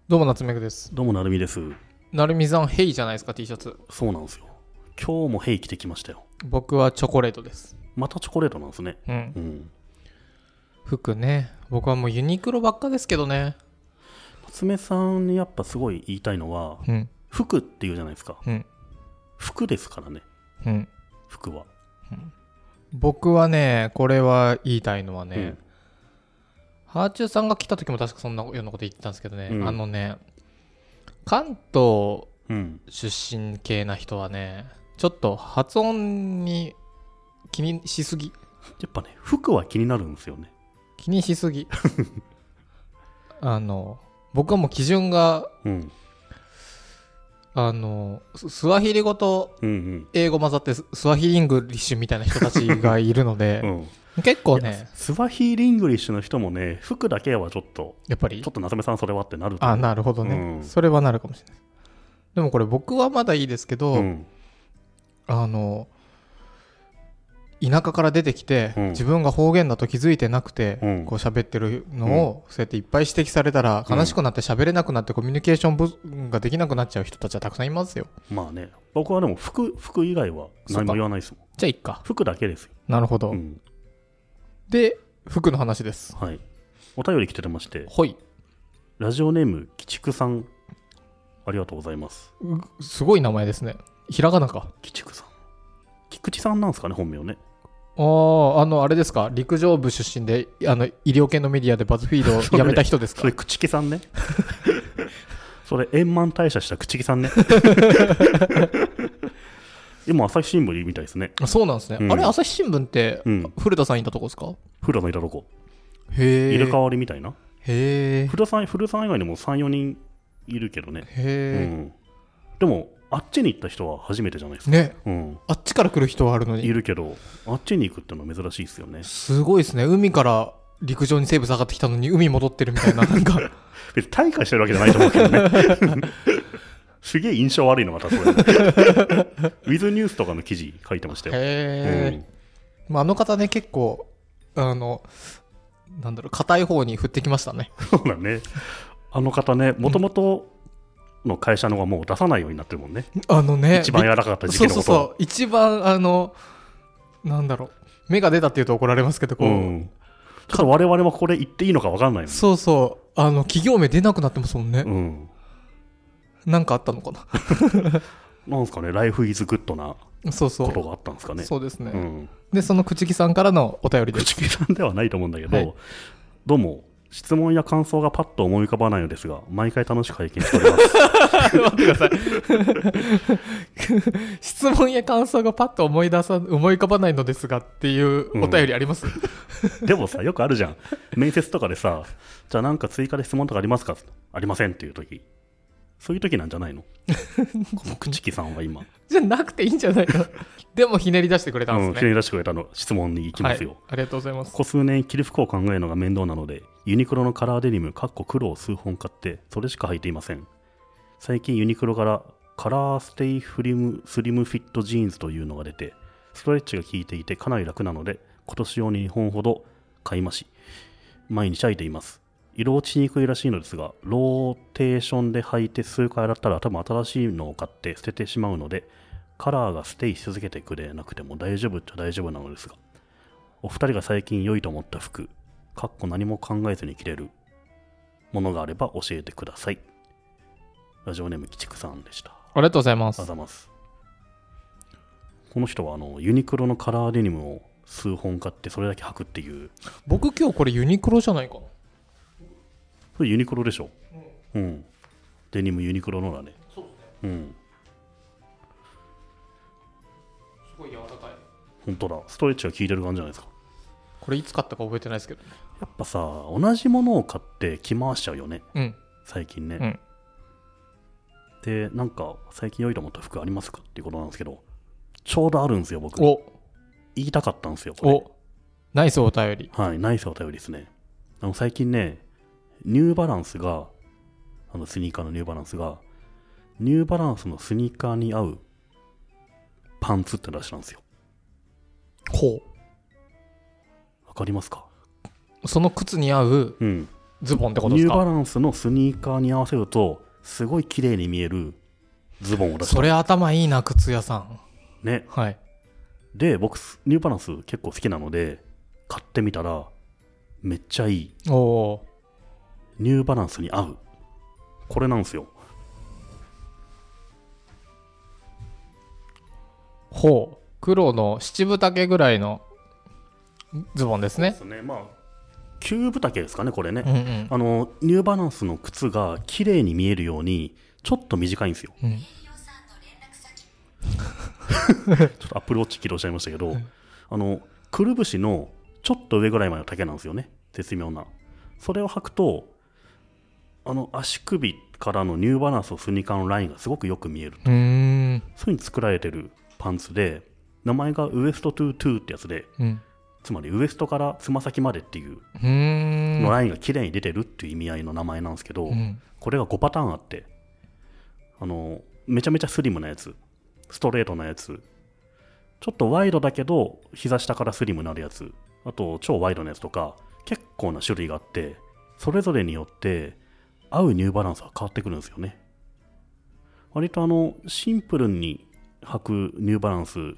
どうも夏目くです。 どうもなるみです。 なるみさんヘイじゃないですか T シャツ。 そうなんですよ。今日もヘイ着てきましたよ。 僕はチョコレートです。 またチョコレートなんですね。 うん。 うん。 服ね。僕はもうユニクロばっかですけどね。 夏目さんにやっぱすごい言いたいのは、 うん。 服っていうじゃないですか。 うん。 服ですからね。 うん。 服は。 僕はね、これは言いたいのはね、 うんハーチューさんが来た時も確かそんなようなこと言ってたんですけどね、 うん関東うん。 出身系な人はね、ちょっと発音に気にしすぎ。 やっぱね、服は気になるんですよね。 気にしすぎ。僕はもう基準が、 うん。 スワヒリ語とうん英語混ざってスワヒリングリッシュみたいな人たちがいるので、 うん。 結構ね、 スワヒーリングリッシュの人もね、服だけはちょっと夏目さんそれはってなると思う。 なるほどね、 うんそれはなるかもしれない。でもこれ僕はまだいいですけど、 うん。 田舎から出てきて、自分が方言だと気づいてなくて、こう喋ってるのを、そうやっていっぱい指摘されたら悲しくなって喋れなくなってコミュニケーションができなくなっちゃう人たちはたくさんいますよ。 まあね、僕はでも服以外は何も言わないですもん。 じゃあいっか。 服だけですよ。 なるほど。で、服の話です。 はい。お便り来てまして、 ほい。 ラジオネーム、鬼畜さん、ありがとうございます。 すごい名前ですね。ひらがなか。 鬼畜さん。菊池さんなんですかね、本名ね。 あれですか、陸上部出身で、医療系のメディアでバズフィードを辞めた人ですか。 それ、口木さんね。それ、円満退社した口木さんね。今、朝日新聞みたいですね。 そうなんですね。あれ、朝日新聞って、古田さんいたとこですか。 古田さんいたとこ。 へえ。 入れ替わりみたいな。 へえ。 古田さん以外にも3、4人いるけどね。 へえ。 でも、あっちに行った人は初めてじゃないですか。 ね。あっちから来る人はあるのに。 いるけど、あっちに行くってのは珍しいですよね。 すごいですね。海から陸上に生物上がってきたのに海戻ってるみたいな、なんか。 別に退化してるわけじゃないと思うけどね。すげえ印象悪いの、またそれ。ウィズニュースとかの記事書いてましたよ。 へえ。あの方ね、結構、硬い方に振ってきましたね。 そうだね。あの方ね、もともとの会社のはもう出さないようになってるもんね。一番柔らかかった時期のこと。 そう。一番、芽が出たって言うと怒られますけど、ちょっと我々もこれ言っていいのか分かんないもん。 そう。企業名出なくなってますもんね。なんかあったのかな。 なんですかね、ライフイズグッドなことがあったんですかね。 そうですね。で、その口木さんからのお便りです。 口木さんではないと思うんだけど、どうも、質問や感想がパッと思い浮かばないのですが、毎回楽しく拝見しております。 待ってください。質問や感想がパッと思い浮かばないのですがっていうお便りあります、 でもさ、よくあるじゃん。面接とかでさ、じゃあなんか追加で質問とかありますか、ありませんっていう時。そういう時なんじゃないのこの口木さんは今。 じゃなくていいんじゃないの。でもひねり出してくれたんですね。 ひねり出してくれたの、質問に行きますよ。 ありがとうございます。 ここ数年着る服を考えるのが面倒なので、ユニクロのカラーデニム黒を数本買ってそれしか履いていません。最近ユニクロからカラーステイスリムフィットジーンズというのが出て、ストレッチが効いていてかなり楽なので、今年用に2本ほど買いまし、毎日履いています。色落ちにくいらしいのですが、ローテーションで履いて数回洗ったら多分新しいのを買って捨ててしまうので、カラーがステイし続けてくれなくても大丈夫っちゃ大丈夫なのですが、お二人が最近良いと思った服、何も考えずに着れるものがあれば教えてください。ラジオネーム鬼畜さんでした。 ありがとうございます。 この人はユニクロのカラーデニムを数本買ってそれだけ履くっていう。 僕今日これユニクロじゃないかな。 それユニクロでしょ。デニムユニクロのだね。 そうですね。すごい柔らかい。 本当だ。ストレッチが効いてる感じじゃないですか。 これいつ買ったか覚えてないですけどね。 やっぱさ、同じものを買って着回しちゃうよね。最近ね。で、なんか最近良いと思った服ありますかっていうことなんですけど、ちょうどあるんですよ、僕。言いたかったんですよ、これ。 ナイスお便り。 はい、ナイスお便りですね。最近ね、ニューバランスが、スニーカーのニューバランスが、ニューバランスのスニーカーに合うパンツって出したんですよ。わかりますか？ その靴に合うズボンってことですか？ ニューバランスのスニーカーに合わせるとすごい綺麗に見えるズボンを出した。 それ頭いいな、靴屋さんね。 はい。 で僕ニューバランス結構好きなので買ってみたらめっちゃいい。 おお。 ニューバランスに合うこれなんですよ。 ほう、黒の七分丈ぐらいのズボンですね。 そうですね。まあ9分丈ですかねこれね、 うんうん、 ニューバランスの靴が綺麗に見えるようにちょっと短いんですよ、うん、ちょっとアップルウォッチ起動しちゃいましたけど、くるぶしのちょっと上ぐらいまでの丈なんですよね。絶妙な。それを履くと足首からのニューバランスのスニーカーのラインがすごくよく見えると。そういう風に作られてるパンツで、名前がウエストトゥートゥーってやつで、うん、つまりウエストからつま先までっていうのラインが綺麗に出てるっていう意味合いの名前なんですけど、うん、これが5パターンあって、めちゃめちゃスリムなやつ、ストレートなやつ、ちょっとワイドだけど膝下からスリムになるやつ、あと超ワイドなやつとか結構な種類があって、それぞれによって合うニューバランスが変わってくるんですよね。割とシンプルに履くニューバランス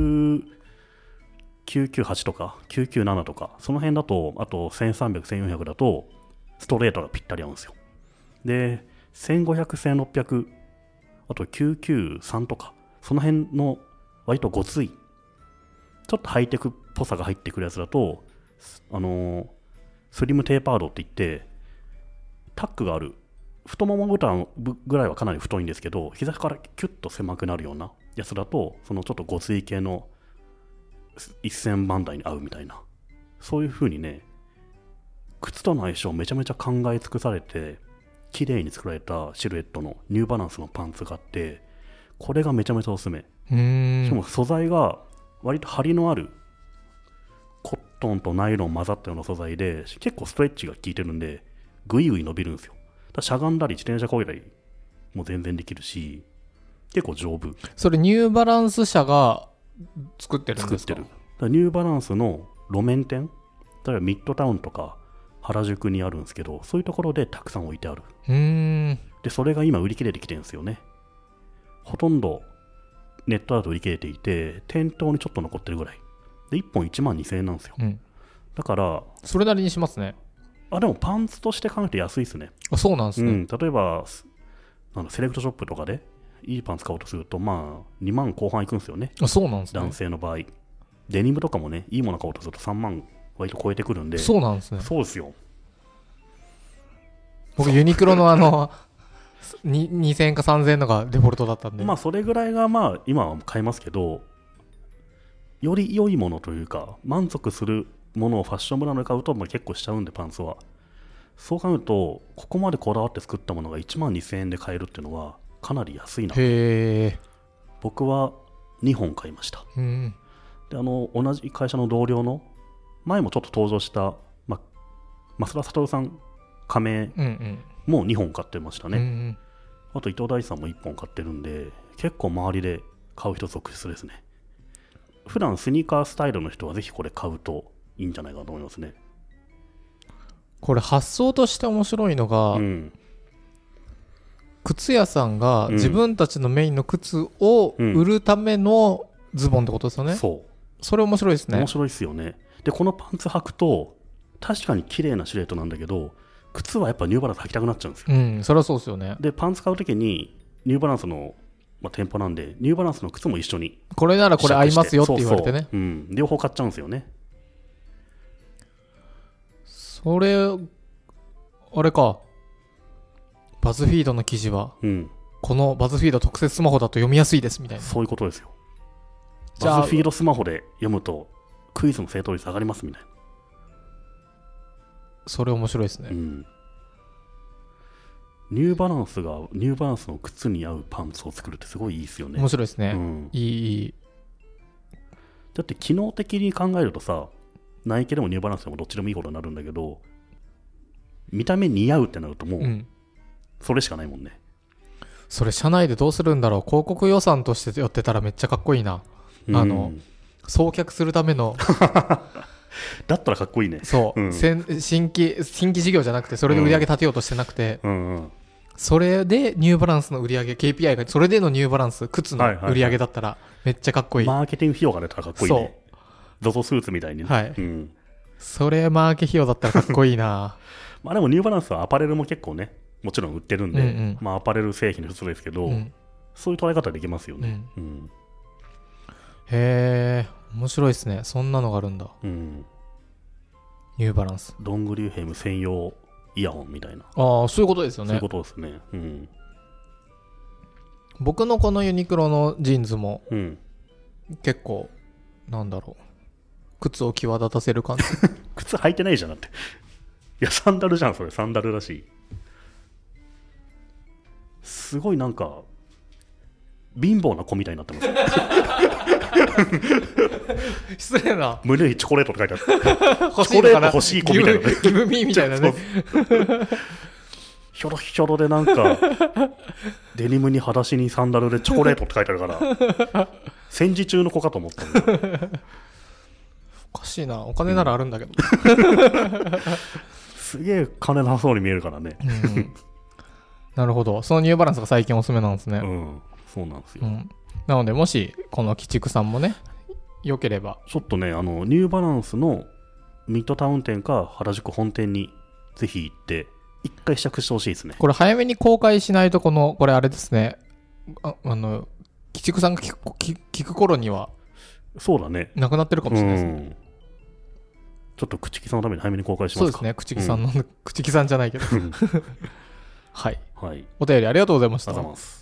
998とか997とかその辺だと、あと1300、1400だとストレートがぴったり合うんですよ。で1500、1600、あと993とかその辺の割とごついちょっとハイテクっぽさが入ってくるやつだとスリムテーパードって言ってタックがある太ももボタンぐらいはかなり太いんですけど、膝からキュッと狭くなるようなやつだと、そのちょっとごつい系の1000番台に合うみたいな、そういう風にね、靴との相性めちゃめちゃ考え尽くされて綺麗に作られたシルエットのニューバランスのパンツがあって、これがめちゃめちゃおすすめ。しかも素材が割と張りのあるコットンとナイロン混ざったような素材で、結構ストレッチが効いてるんでグイグイ伸びるんですよ。だしゃがんだり自転車こいだりも全然できるし、結構丈夫。それニューバランス社が作ってるんですか？ 作ってる。だニューバランスの路面店、例えばミッドタウンとか原宿にあるんですけど、そういうところでたくさん置いてある。でそれが今売り切れてきてるんですよね。ほとんどネットだと売り切れていて、店頭にちょっと残ってるぐらいで1本1万2000円なんですよ、うん、だからそれなりにしますね。 でもパンツとして考えて安いですね。 あ、そうなんですね、 うん、例えばセレクトショップとかでいいパンツ買おうとすると、まあ2万後半いくんですよね。 あ、そうなんですね。 男性の場合デニムとかもね、いいもの買おうとすると3万割と超えてくるんで。 そうなんですね。 そうですよ。 僕ユニクロの2000円か3000円のがデフォルトだったんで、 まあそれぐらいがまあ今は買えますけど、より良いものというか満足するものをファッションブランドで買うと、まあ結構しちゃうんで、パンツは。そう考えるとここまでこだわって作ったものが1万2000円で買えるっていうのはかなり安いな。 へー。 僕は2本買いました。で同じ会社の同僚の前もちょっと登場した、増田悟さん加盟も2本買ってましたね、あと伊藤大地さんも1本買ってるんで、結構周りで買う人続出ですね。普段スニーカースタイルの人はぜひこれ買うといいんじゃないかと思いますね。 これ発想として面白いのが、靴屋さんが自分たちのメインの靴を売るためのズボンってことですよね、それ面白いですね。 面白いですよね。でこのパンツ履くと確かに綺麗なシルエットなんだけど、靴はやっぱニューバランス履きたくなっちゃうんですよ。 それはそうですよね。 でパンツ買うときにニューバランスの、店舗なんでニューバランスの靴も一緒にこれならこれ合いますよって言われてね。 両方買っちゃうんですよね。 それあれか、バズフィードの記事は、このバズフィード特設スマホだと読みやすいですみたいな。 そういうことですよ。バズフィードスマホで読むとクイズの正答率上がりますみたいな。 それ面白いですね、 ニューバランスの靴に合うパンツを作るってすごいいいですよね。 面白いですね、いい。 だって機能的に考えるとさ、ナイキでもニューバランスでもどっちでもいいことになるんだけど、見た目似合うってなるともうそれしかないもんね、 それ社内でどうするんだろう。広告予算としてやってたらめっちゃかっこいいな。送客するためのだったらかっこいいね。 そう、新規事業じゃなくて、それで売り上げ立てようとしてなくて、それでニューバランスの売り上げ KPI がそれでのニューバランス靴の売り上げだったらめっちゃかっこいい。 マーケティング費用が出たらかっこいいね。ゾゾスーツみたいにね。 はい。それマーケ費用だったらかっこいいな。 まあでもニューバランスはアパレルも結構ね、もちろん売ってるんで、まあアパレル製品の一つですけど、そういう捉え方できますよね。 へー、面白いですね。そんなのがあるんだ。ニューバランス。 ロングリューヘム専用イヤホンみたいな。 ああ、そういうことですよね。 そういうことですね。 僕のこのユニクロのジーンズも、結構、なんだろう。靴を際立たせる感じ。 靴履いてないじゃん、だって。いや、サンダルじゃん、それ。サンダルだし。すごいなんか、貧乏な子みたいになってます。 失礼な。 胸にチョコレートって書いてある。チョコレート欲しい子みたいなね。 ギブミーみたいなね。 ひょろひょろでなんか、デニムに裸足にサンダルでチョコレートって書いてあるから、戦時中の子かと思ったんだ。 おかしいな。お金ならあるんだけど。 すげえ金なさそうに見えるからね。 なるほど。そのニューバランスが最近おすすめなんですね。 そうなんですよ。 なので、もし、この鬼畜さんもね、良ければ。 ちょっとね、ニューバランスのミッドタウン店か原宿本店にぜひ行って、一回試着してほしいですね。 これ早めに公開しないと、これあれですね。鬼畜さんが聞く頃には、 そうだね。 なくなってるかもしれないですね。 ちょっと口木さんのために早めに公開しますか。 そうですね。口木さんの、口木さんじゃないけど。はい。 はい。 お便りありがとうございました。 ありがとうございます。